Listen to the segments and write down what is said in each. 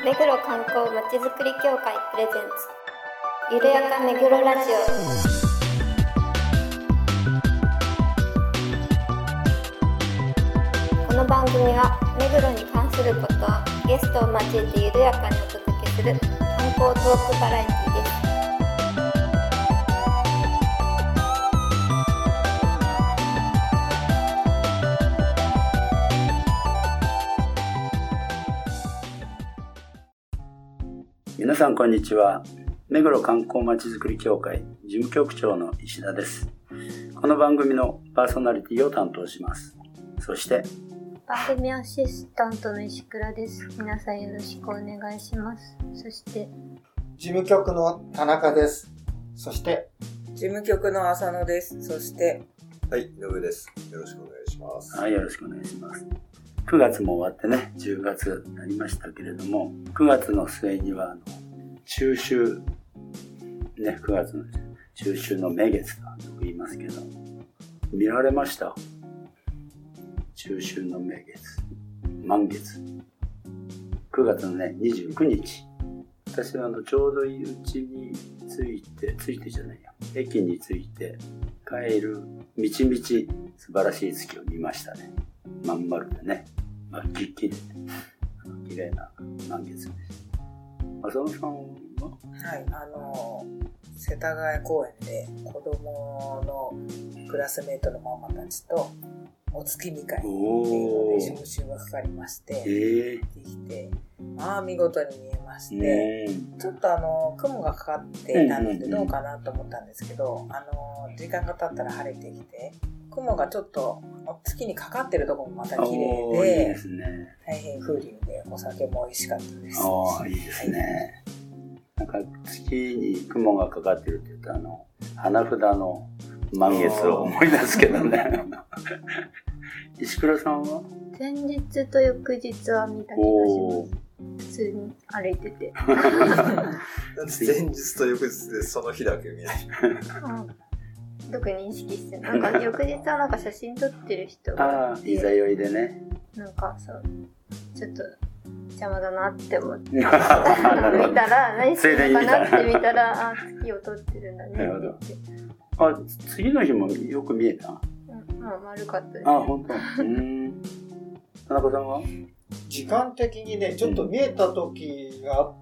目黒観光まちづくり協会プレゼンツゆるやか目黒ラジオ。この番組は目黒に関することをゲストを交えてゆるやかにお届けする観光トークバラエティです。 皆さんこんにちは。目黒観光まちづくり協会事務局長の石田です。この番組のパーソナリティを担当します。そして番組アシスタントの石倉です。皆さんよろしくお願いします。そして事務局の田中です。そして事務局の浅野です。そしてはい、井上です。よろしくお願いします。 はい、よろしくお願いします。9月も終わってね、10月になりましたけれども、9月の末には中秋、ね、9月の中秋の名月と言いますけど、見られました？中秋の名月、満月。9月のね、29日。私はちょうどいうちに駅に着いて帰る道々素晴らしい月を見ましたね。まん丸でね、きっきりで綺麗な満月です。浅野さんは？ はい、世田谷公園で子供のクラスメートのママたちとお月見会っていうので招集がかかりまして、できて、見事に見えまして、ちょっと雲がかかってたのでどうかなと思ったんですけど、時間が経ったら晴れてきて、雲がちょっと月にかかってるところもまた綺麗で、 いいですね、 大変風流でお酒も美味しかったです。 いいですね。なんか月に雲がかかってるって言うと花札の満月を思い出すけどね。石倉さんは？ 前日と翌日は見た気がします。普通に歩いてて。 前日と翌日でその日だけ見ない。 特に意識してなんか翌日はなんか写真撮ってる人がいざ酔いでね、 なんかそうちょっと邪魔だなって思って見たら何してるのかなって見たら月を撮ってるんだねって言って。 次の日もよく見えた？ 丸かったです。 本当。田中さんは？ 時間的にね、ちょっと見えた時があって、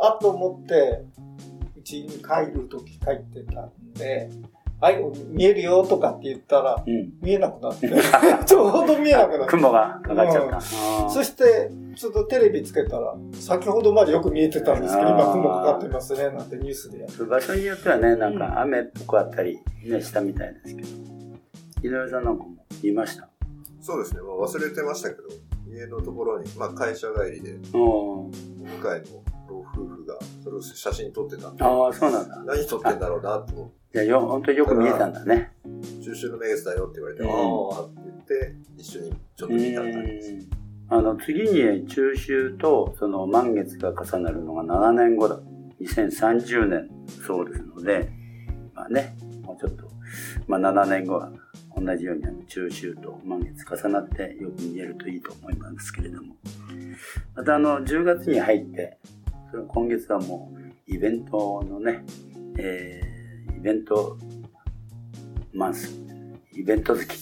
と思ってうちに帰る時帰ってたんで、見えるよとかって言ったら、見えなくなってちょうど見えなくなって雲がかかっちゃった、 そしてちょっとテレビつけたら先ほどまでよく見えてたんですけど、今雲かかってますねなんてニュースでやって場所によってはね、なんか雨っぽくあったり、ね、したみたいですけど、井上さんなんかも見ました？ そうですね、忘れてましたけど、家のところに、会社帰りでお向かいの老夫婦がそれを写真撮ってたんで、 そうなんだ。 何撮ってんだろうなと思って、 本当によく見えたんだね。 中秋の名月だよって言われて、って言って一緒にちょっと見た感じです。 次に中秋とその満月が重なるのが7年後だ。2030年そうですので、もうちょっと、7年後は同じように中秋と満月重なってよく見えるといいと思いますけれども、また10月に入って今月はもうイベントのね、イベントマンス、イベント好き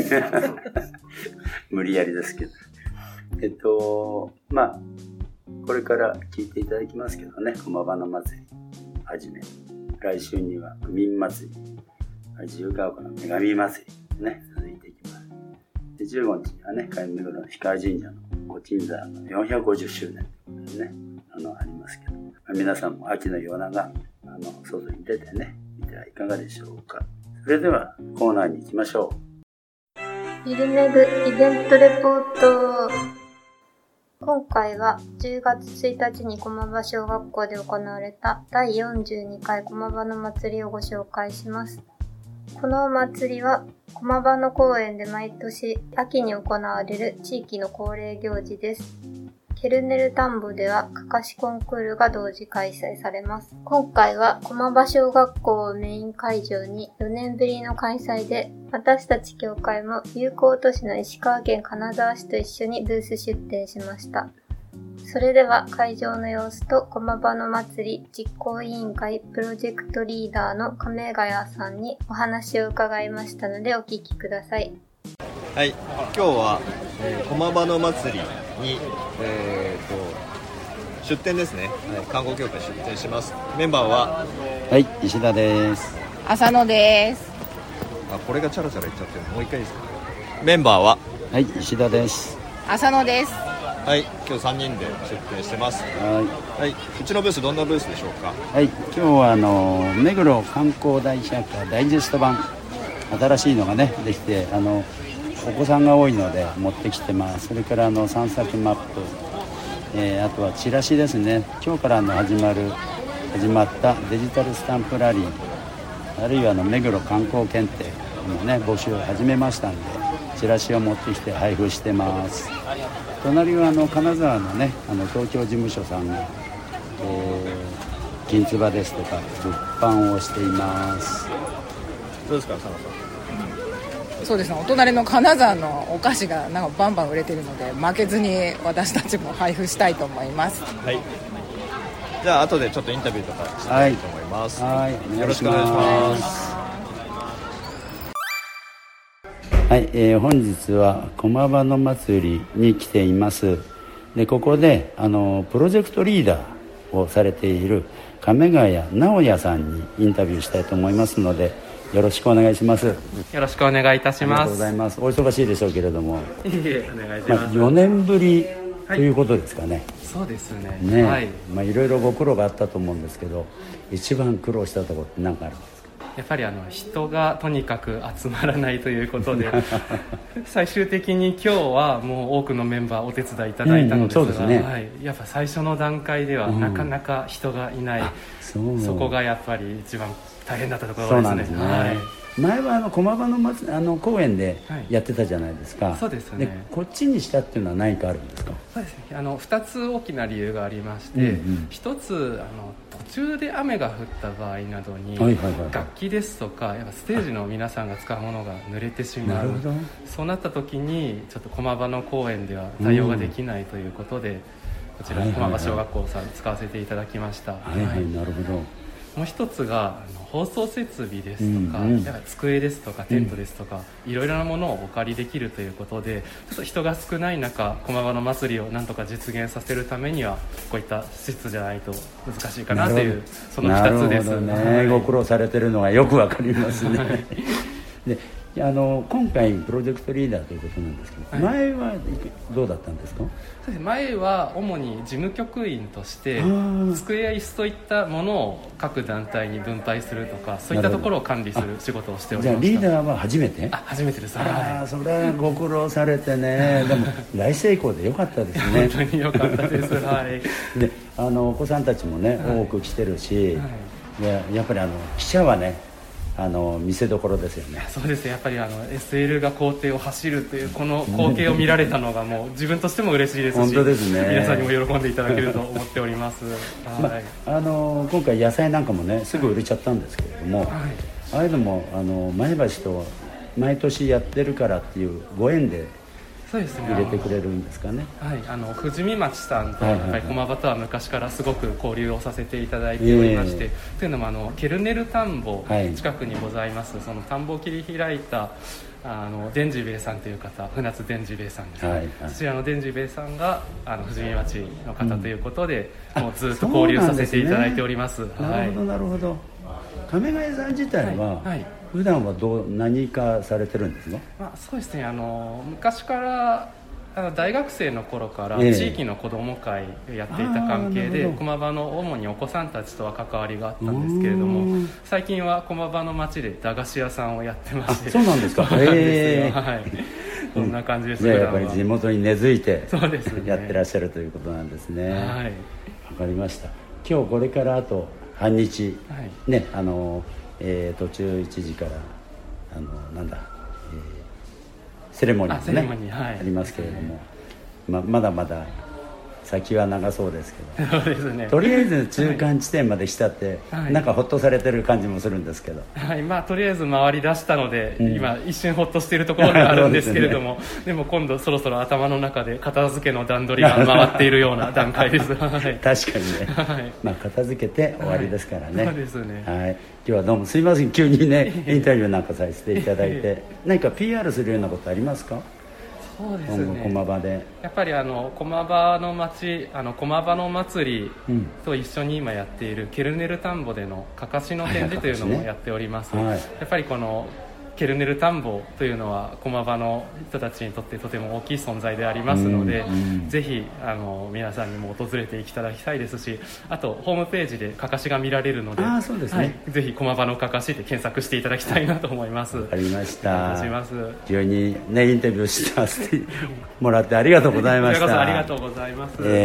無理やりですけど、これから聞いていただきますけどね、駒場の祭りはじめ、来週には区民祭り、自由が丘の女神祭りね、続いていきます。で、15日にはね、目黒の氷川神社のご鎮座の450周年ということでね、ありますけど、皆さんも秋の夜長、外に出てね、見てはいかがでしょうか。それではコーナーに行きましょう。 ゆるめぐイベントレポート。今回は10月1日に駒場小学校で行われた第42回駒場の祭りをご紹介します。このお祭りは駒場の公園で毎年秋に行われる地域の恒例行事です。ケルネル田んぼではかかしコンクールが同時開催されます。今回は駒場小学校をメイン会場に4年ぶりの開催で、私たち協会も友好都市の石川県金沢市と一緒にブース出展しました。 それでは会場の様子と駒場の祭り実行委員会プロジェクトリーダーの亀ヶ谷さんにお話を伺いましたのでお聞きください。 はい、今日は、駒場の祭りに、出店ですね、観光協会出店します。メンバーは石田です。 浅野です。 これがチャラチャラ言っちゃってるのもう一回いいですか。メンバーは石田です。 浅野です。 はい、今日3人で出店してます。はい、うちのブースどんなブースでしょうか。 今日は目黒観光大百科ダイジェスト版新しいのがねできてお子さんが多いので持ってきてます。それから散策マップ、あとはチラシですね。今日から始まったデジタルスタンプラリー、あるいは目黒観光検定のね募集を始めましたんで、チラシを持ってきて配布してます。隣は金沢のね東京事務所さんが、金つばですとか物販をしています。 どうですか佐野さん。 そうですね、お隣の金沢のお菓子がなんかバンバン売れてるので負けずに私たちも配布したいと思います。 はい、じゃあ後でちょっとインタビューとかしたいと思います。よろしくお願いします。 本日は駒場の祭りに来ています。でここでプロジェクトリーダーをされている亀ヶ谷直也さんにインタビューしたいと思いますのでよろしくお願いします。 よろしくお願いいたします。 ありがとうございます。お忙しいでしょうけれどもお願いします。 4年ぶりということですかね。 そうですね。はい。 いろいろご苦労があったと思うんですけど、一番苦労したところって何かあるんですか。 やっぱり人がとにかく集まらないということで最終的に今日はもう多くのメンバーお手伝いいただいたのですが、 そうですね。 やっぱ最初の段階ではなかなか人がいない、そこがやっぱり一番大変だったところですね。 そうなんですね。前は駒場の公園でやってたじゃないですか。 そうですね。 でこっちにしたっていうのは何かあるんですか。 そうですね。2つ大きな理由がありまして、一つ途中で雨が降った場合などに、楽器ですとかやっぱステージの皆さんが使うものが濡れてしまう。そうなった時にちょっと駒場の公園では対応ができないということで、こちら駒場小学校さん使わせていただきました。 なるほど。 もう一つが放送設備ですとか、机ですとかテントですとか、いろいろなものをお借りできるということで、ちょっと人が少ない中駒場の祭りをなんとか実現させるためにはこういった施設じゃないと難しいかなという、その2つです。 なるほどね。ご苦労されてるのがよくわかりますね。で今回プロジェクトリーダーということなんですけど、前はどうだったんですか。 前は主に事務局員として机や椅子といったものを各団体に分配するとか、そういったところを管理する仕事をしておりました。 じゃあリーダーは初めて。 初めてです。 それはご苦労されてね。でも大成功でよかったですね。 本当によかったです。 でお子さんたちもね、多く来てるし、やっぱり記者はね見せどころですよね。 そうですね。やっぱりSL が校庭を走るというこの光景を見られたのがもう自分としても嬉しいですし、 本当ですね。 皆さんにも喜んでいただけると思っております。 今回野菜なんかもねすぐ売れちゃったんですけれども、ああいうのも前橋と毎年やってるからっていうご縁で入れてくれるんですかね。 富士見町さんとやっぱり駒場とは昔からすごく交流をさせていただいておりまして、というのもケルネル田んぼ近くにございます、その田んぼを切り開いた伝次兵衛さんという方、船津伝次兵衛さんですね。そちらの伝次兵衛さんが富士見町の方ということで、もうずっと交流させていただいております。 なるほどなるほど。亀ヶ谷さん自体は普段は何かされてるんですか。 そうですね。昔から大学生の頃から地域の子ども会をやっていた関係で、駒場の主にお子さんたちとは関わりがあったんですけれども、最近は駒場の町で駄菓子屋さんをやってまして。 そうなんですか。 そんな感じです。 やっぱり地元に根付いてやってらっしゃるということなんですね。わかりました。今日これからあと半日ね、途中1時からセレモニーがねありますけれども、まだまだ先は長そうですけどそうですね、 とりあえず中間地点まで来たって、 はい、 なんかほっとされてる感じもするんですけど、 はい、まあとりあえず回り出したので、今一瞬ほっとしているところではあるんですけれどもでも今度そろそろ頭の中で片付けの段取りが回っているような段階です、はい、 確かにね、はい、まあ片付けて終わりですからね、 そうですね、 はい、今日はどうもすいません、急にねインタビューなんかさせていただいて何か PR するようなことありますか？ そうですね、 駒場でやっぱり駒場の町、駒場の祭りと一緒に今やっているケルネル田んぼでのかかしの展示というのもやっております、はい、やっぱりこのケルネル田んぼというのは駒場の人たちにとってとても大きい存在でありますので、ぜひ皆さんにも訪れていただきたいですし、あとホームページでかかしが見られるので、 そうですね、 はい、ぜひ駒場のかかしで検索していただきたいなと思います。 わかりました。 非常にねインタビューさせてもらってありがとうございました。 ありがとうございます。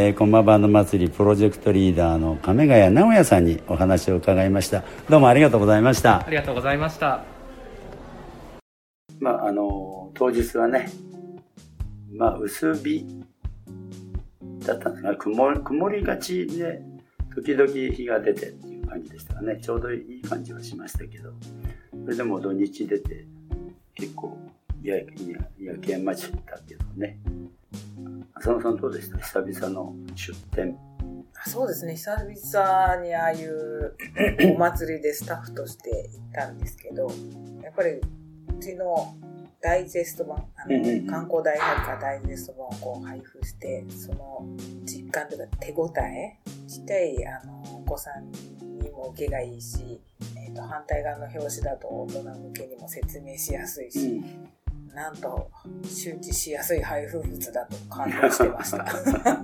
駒場の祭りプロジェクトリーダーの亀ヶ谷直也さんにお話を伺いました。どうもありがとうございました。 ありがとうございました。 まあ、当日はね、まあ、薄日だったんですが、曇りがちで時々日が出てっていう感じでしたね。ちょうどいい感じはしましたけど、それでも土日出て結構夜景待ちだけどね。浅野さんどうでした？久々の出店。 そうですね、久々にああいうお祭りでスタッフとして行ったんですけど、やっぱりうちのダイジェスト版、観光大百科ダイジェスト版をこう配布して、その実感というか手応え、ちっちゃいお子さんにも受けがいいし、反対側の表紙だと大人向けにも説明しやすいし、なんと周知しやすい配布物だと感動してました、はい、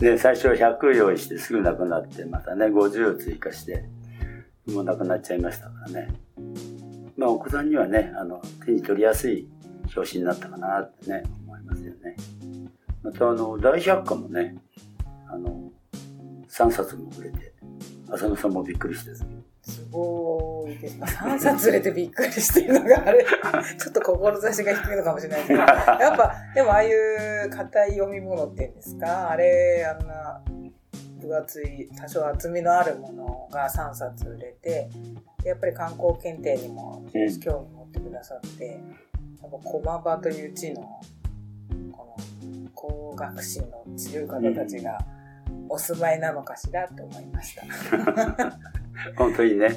で最初100用意してすぐなくなって、またね50を追加してもうなくなっちゃいましたからね。まあ、お子さんにはね手に取りやすい表紙になったかなってね思いますよね。また大百科もね3冊も売れて、浅野さんもびっくりしてる。 すごいですね。3冊売れてびっくりしてるのがあれちょっと志が低いのかもしれないですけど、やっぱでもああいう硬い読み物っていうんですか、あれあんな分厚い多少厚みのあるものが3冊売れて、やっぱり観光検定にも興味持ってくださって、やっぱ駒場という地のこの工学心の強い方たちがお住まいなのかしらと思いました本当にね、 はい、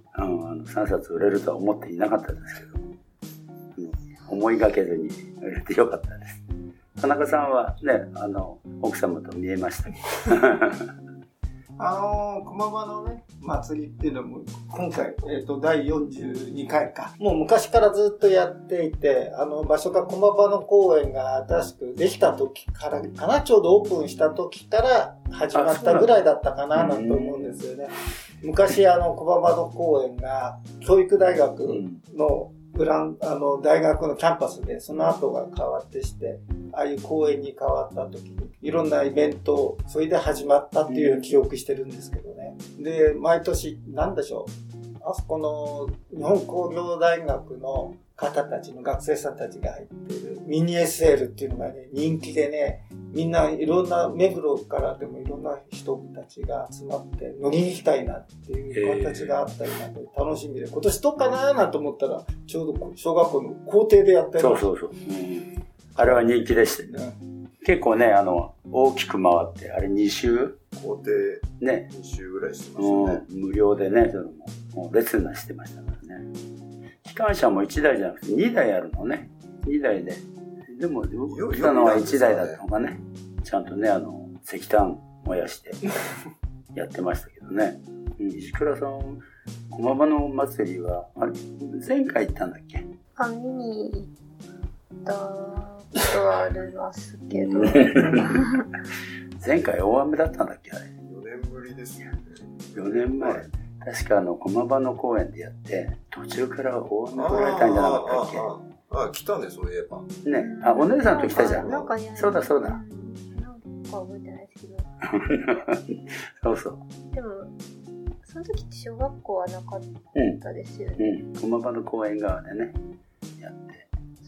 3冊売れるとは思っていなかったですけど、思いがけずに売れてよかったです。田中さんはね奥様と見えましたけど駒場のね祭りっていうのも今回、第42回か、もう昔からずっとやっていて、場所が駒場の公園が新しくできた時からかな、ちょうどオープンした時から始まったぐらいだったかななんて思うんですよね。昔駒場の公園が教育大学の大学のキャンパスで、その後が変わってして、ああいう公園に変わった時にいろんなイベント、それで始まったっていう記憶してるんですけどね。で、毎年なんでしょう、あそこの日本工業大学の方たちの学生さんたちが入っているミニ SL っていうのがね人気でね、みんないろんな目黒からでもいろんな人たちが集まって乗りに行きたいなっていう形があったりなんで楽しみで、今年どうかななんて思ったらちょうど小学校の校庭でやってる。 そう、あれは人気でしたね。結構ね大きく回ってあれ2周校庭ね2周ぐらいしてましたね。 無料でねもう列なしてましたからね。機関車も1台じゃなくて2台あるのね。2台で。でも、来たのは1台だったのがね、ちゃんとね、石炭燃やしてやってましたけどね。石倉さん、駒場の祭りは、あれ、前回行ったんだっけ？ 見に行ったことはありますけど。 前回大雨だったんだっけ、あれ。 4年ぶりですよね。 4年前。確か駒場の公園でやって、途中から大雨降られたんじゃなかったっけ？ 来たね、そういえば。 ね、お姉さんと来たじゃん。そうだ。 なんか覚えてないですけど。 そう。 でも、その時って小学校はなかったですよね。 駒場の公園側でね、やって。 そ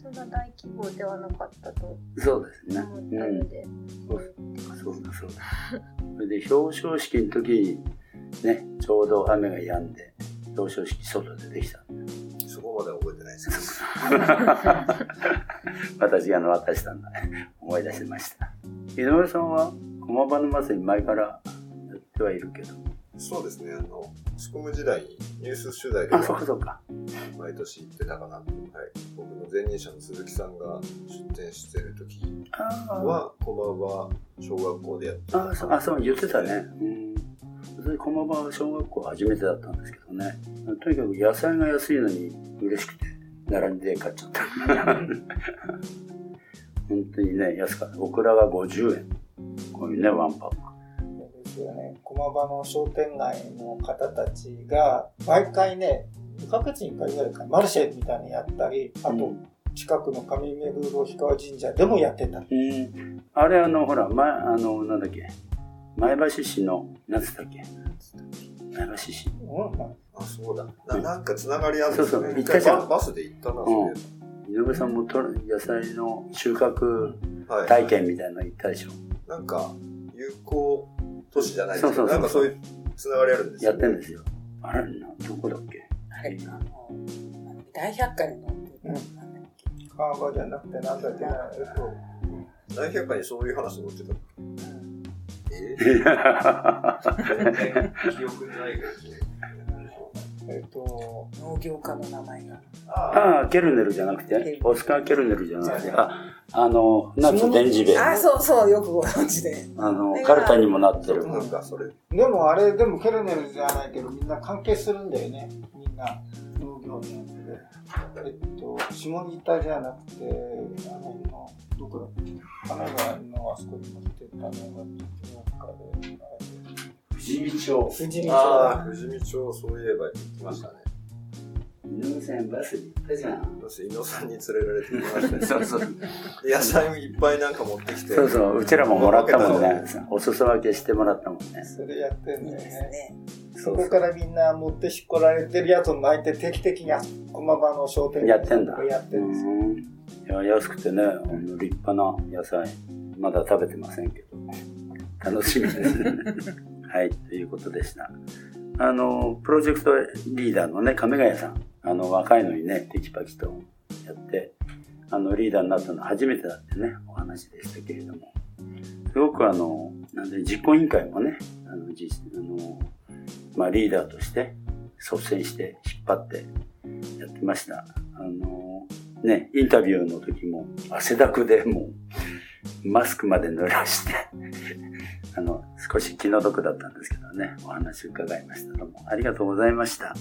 そんな大規模ではなかったとそうですね。 思ったので、 そうだ。それで表彰式の時にね、ちょうど雨が止んで表彰式外でできた。 そこまでは覚えてないですけど。 私が渡したんだね。思い出しました。井上さんは駒場の祭り前からやってはいるけど。 そうですね。仕込む時代にニュース取材でそうか。 毎年行ってたかな。はい。僕の前任者の鈴木さんが出店してる時は駒場小学校でやってた。 そう言ってたね。駒場小学校初めてだったんですけどね。とにかく野菜が安いのに嬉しくて並んで買っちゃった。本当にね、安かった。オクラが50円。こういうね、ワンパック。 ですよね。駒場の商店街の方たちが毎回ね、2ヶ月に1回ぐらいかマルシェみたいなのやったり、あと近くの上目黒氷川神社でもやってたり。 あれほら、なんだっけ、前橋市の、なんつったっけ、前橋市。 そうだ。なんかつながりあるんですよね。 一回バスで行ったな、それ。 井上さんも野菜の収穫体験みたいなの行ったでしょ。 なんか、有効都市じゃないですけど、なんかそういうつながりあるんですよ。 やってるんですよ。あれ、どこだっけ？ あれ、大百科の、 川場じゃなくてなんだっけな、 大百科にそういう話載ってた。記憶にないけど。 農業家の名前が。ケルネルじゃなくて、オスカー・ケルネルじゃなくて、夏電磁兵。 そう、よくご存知で。 カルタにもなってる。 でもあれ、でもケルネルじゃないけど、みんな関係するんだよね。みんな農業のやつで。下仁田じゃなくて、どこだっけ？神奈川のあそこに持ってったのが、 富士見町。 富士見町、そういえば行きましたね。 井上さんバスに行ったじゃん。 井上さんに連れられて行きましたね。そう。野菜もいっぱいなんか持ってきて。 そう、うちらももらったもんね。お裾分けしてもらったもんね。 それやってんだよね。そこからみんな持ってしこられてるやつを巻いて定期的に駒場の商店街やってんだ。 やってるんですよ。 安くてね、立派な野菜、まだ食べてませんけど、楽しみですね。はい、ということでした。プロジェクトリーダーのね、亀ヶ谷さん、若いのにね、テキパキとやって、リーダーになったのは初めてだってね、お話でしたけれども、すごく実行委員会もね、リーダーとして率先して引っ張ってやってました。インタビューの時も汗だくでもうマスクまで濡らして少し気の毒だったんですけどね、お話伺いました。どうもありがとうございました。はい、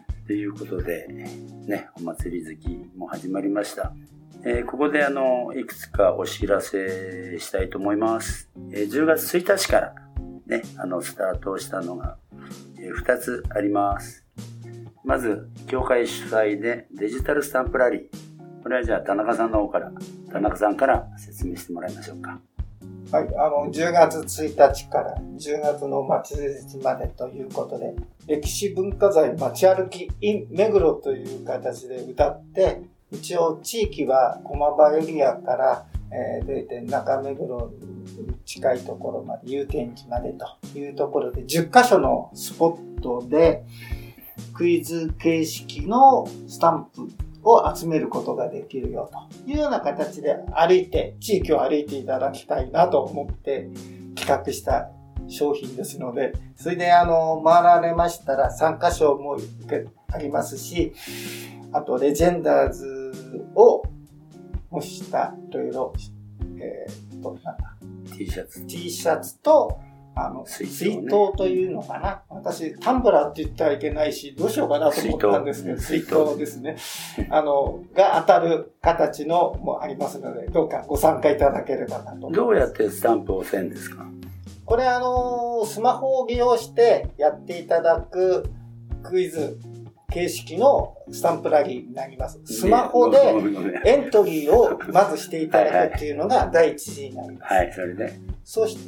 ということでね、お祭り好きも始まりました。ここでいくつかお知らせしたいと思います。10月1日からね、スタートしたのが2つあります。まず、協会主催でデジタルスタンプラリー。これはじゃあ田中さんから説明してもらいましょうか。 はい、10月1日から10月の末日までということで、歴史文化財街歩き in 目黒という形で歌って、一応地域は駒場エリアから出て中目黒に近いところまで、祐天寺までというところで10カ所のスポットでクイズ形式のスタンプを集めることができるよというような形で地域を歩いていただきたいなと思って企画した商品ですので、それで回られましたら参加賞もありますし、あとレジェンダーズを模したいろいろ、 T シャツと水筒というのかな。私、タンブラーって言ってはいけないし、どうしようかなと思ったんですけど、水筒ですね。が当たる形のもありますので、どうかご参加いただければなと思います。 どうやってスタンプを押せんですか？ これスマホを利用してやっていただくクイズ形式のスタンプラリーになります。スマホでエントリーをまずしていただくっていうのが第一次になります。 はい、それで。 そして、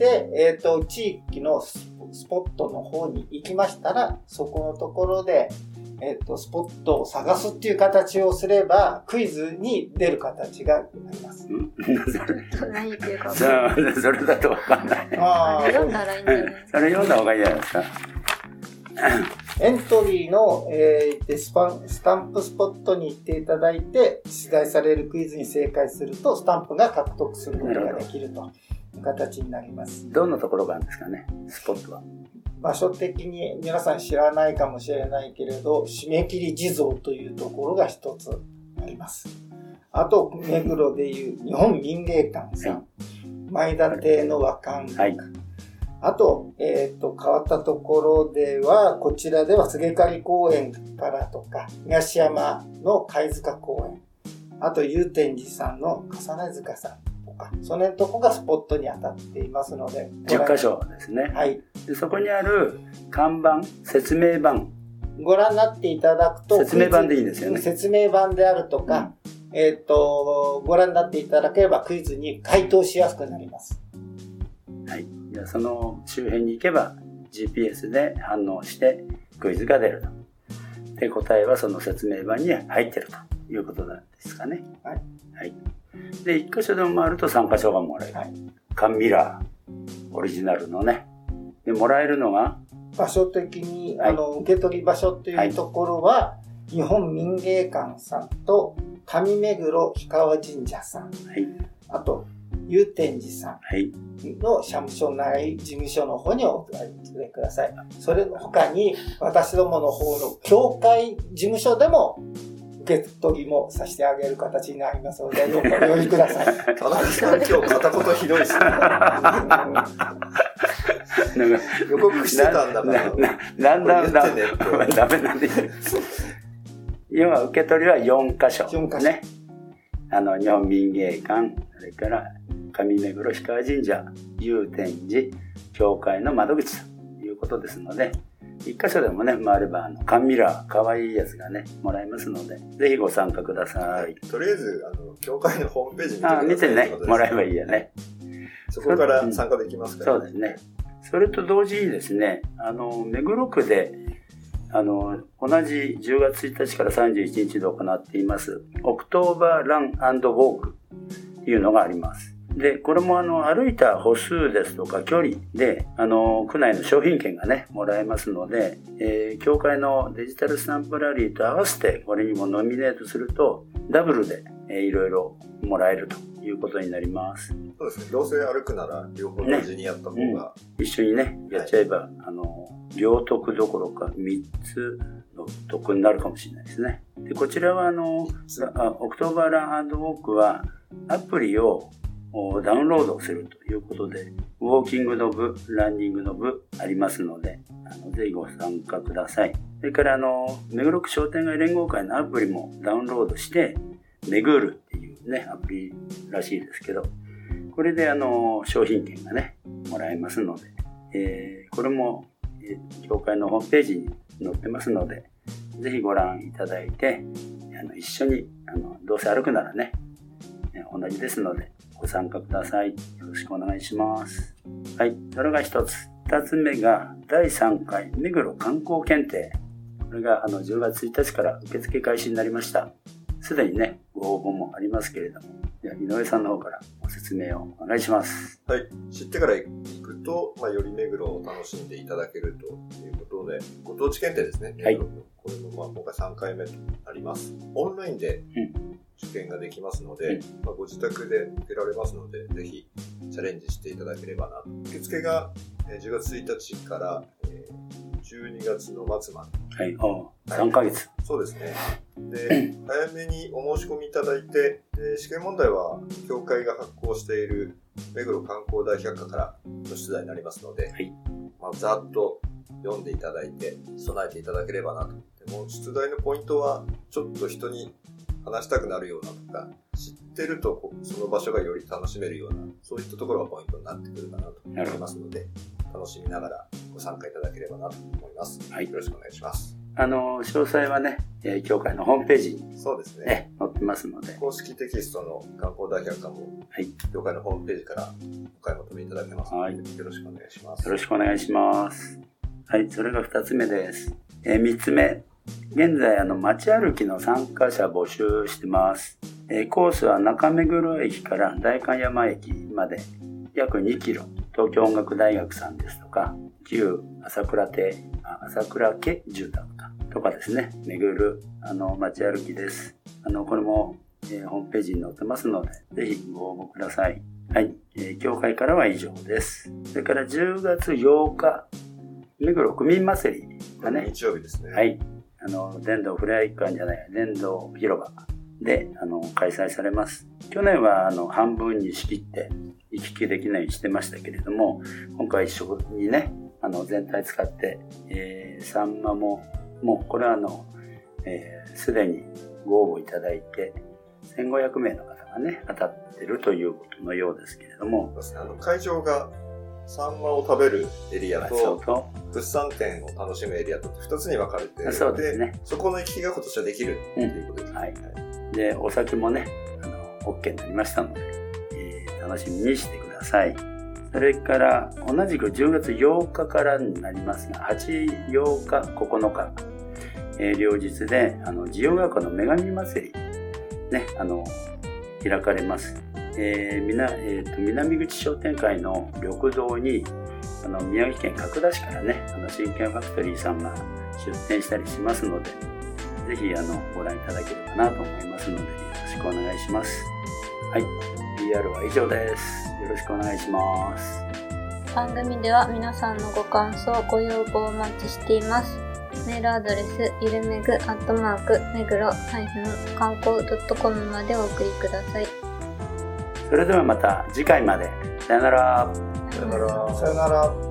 地域のスポットの方に行きましたら、そこのところで、 スポットを探すっていう形をすれば、クイズに出る形があります。 何言ってるか分かんない。それだと分かんない。 読んだらいいんじゃないですか。 それ読んだ方がいいじゃないですか。 エントリーの、スタンプスポットに行っていただいて、出題されるクイズに正解すると、スタンプが獲得することができるという形になります。 どんなところがあるんですかね、スポットは。 場所的に皆さん知らないかもしれないけれど、締め切り地蔵というところが一つあります。あと、目黒でいう日本民芸館さん、はい、前田邸の和館、はい、あと、変わったところでは、こちらでは菅刈公園からとか、東山の貝塚公園、あと、祐天寺さんの笠根塚さんとか、そのとこがスポットに当たっていますので。 10カ所ですね。 はい。 でそこにある看板、説明板。 ご覧になっていただくと、 説明板でいいですよね。 説明板であるとか、ご覧になっていただければクイズに回答しやすくなります。 はい。じゃあその周辺に行けば GPS で反応してクイズが出ると。で、答えはその説明板に入ってるということなんですかね。 はい。 はい。で、1箇所でも回ると3箇所がもらえる。はい。缶ミラー、オリジナルのね。で、もらえるのが場所的に、はい、受け取り場所というところは、はい、日本民芸館さんと上目黒氷川神社さん、はい、あと祐天寺さんの社務所内事務所の方にお送りください。それの他に私どもの方の協会事務所でも受け取りもさせてあげる形になりますので、お呼びください。 田中さん今日片言ひどいですね。予告してたんだから。 だんだんダメなんで。要は受け取りは4カ所。 4カ所。 ね。日本民芸館、それから上目黒氷川神社、祐天寺、教会の窓口ということですので、1カ所でもね、回れば、缶ミラー、かわいいやつがね、もらえますので、ぜひご参加ください。 とりあえず、教会のホームページ見てください。 見てね、もらえばいいよね。 そこから参加できますから、 そうですね。それと同時にですね、目黒区で、同じ10月1日から31日で行っています、オクトーバーラン&ウォークというのがあります。で、これも歩いた歩数ですとか距離で、区内の商品券がね、もらえますので、協会のデジタルスタンプラリーと合わせて、これにもノミネートすると、ダブルで、いろいろもらえるということになります。 そうですね。どうせ歩くなら、両方同時にやった方が、 一緒にね、やっちゃえば、両得どころか3つの得になるかもしれないですね。で、こちらはオクトーバーラン&ウォークは、アプリをダウンロードするということで、ウォーキングの部、ランニングの部ありますので、ぜひご参加ください。それから目黒区商店街連合会のアプリもダウンロードして、めぐるっていうね、アプリらしいですけど、これで商品券がね、もらえますので、これも、協会のホームページに載ってますので、ぜひご覧いただいて、一緒に、どうせ歩くならね、同じですので、ご参加ください。よろしくお願いします。はい。それが一つ。二つ目が、第3回目黒観光検定。これが10月1日から受付開始になりました。すでにね、ご応募もありますけれども、では井上さんの方からご説明をお願いします。 はい。知ってから行くと、より目黒を楽しんでいただけるということで、ご当地検定ですね。 はい。 これも今回3回目となります。オンラインで受験ができますので、ご自宅で受けられますので、ぜひチャレンジしていただければなと。受付が10月1日から12月の末まで。 はい。3ヶ月。 そうですね。で、早めにお申し込みいただいて、試験問題は協会が発行している目黒観光大百科からの出題になりますので、はい、ざっと読んでいただいて備えていただければなと。でも出題のポイントはちょっと人に話したくなるようなとか、知ってるとその場所がより楽しめるような、そういったところがポイントになってくるかなと思いますので、楽しみながらご参加いただければなと思います。はい、よろしくお願いします。 詳細はね、協会のホームページに、 そうですね、 載ってますので、 公式テキストの観光大百科も、はい、協会のホームページからお買い求めいただけますので、はい、よろしくお願いします。 よろしくお願いします。はい、それが2つ目です。3つ目、 現在街歩きの参加者募集してます。コースは中目黒駅から代官山駅まで約2キロ、東京音楽大学さんですとか、旧朝倉家住宅とかですね、巡る街歩きです。これも、ホームページに載ってますので、ぜひご応募ください。はい、協会からは以上です。それから10月8日、目黒区民祭りがね、 日曜日ですね。 はい、電動フレア一館じゃない、電動広場で開催されます。去年は半分に仕切って行き来できないようにしてましたけれども、今回一緒にね、全体使って、サンマもうこれはすでにご応募いただいて1500名の方がね当たってるということのようですけれども、 会場がサンマを食べるエリアと物産展を楽しむエリアと2つに分かれて、 そうですね、 そこの行き来が今年はできるっていうことですね。 はい、でお酒もねOK になりましたので、楽しみにしてください。それから同じく10月8日からになりますが、8、8日、9日、両日で自由が丘の女神祭りね開かれます。南口商店会の緑道に宮城県角田市からね真剣ファクトリーさんが出店したりしますので、ぜひご覧いただければなと思いますので、よろしくお願いします。はい、PR は以上です。よろしくお願いします。 番組では皆さんのご感想、ご要望をお待ちしています。メールアドレス、ゆるめぐ目黒観光.com までお送りください。 それではまた次回まで。さよなら。 さよなら。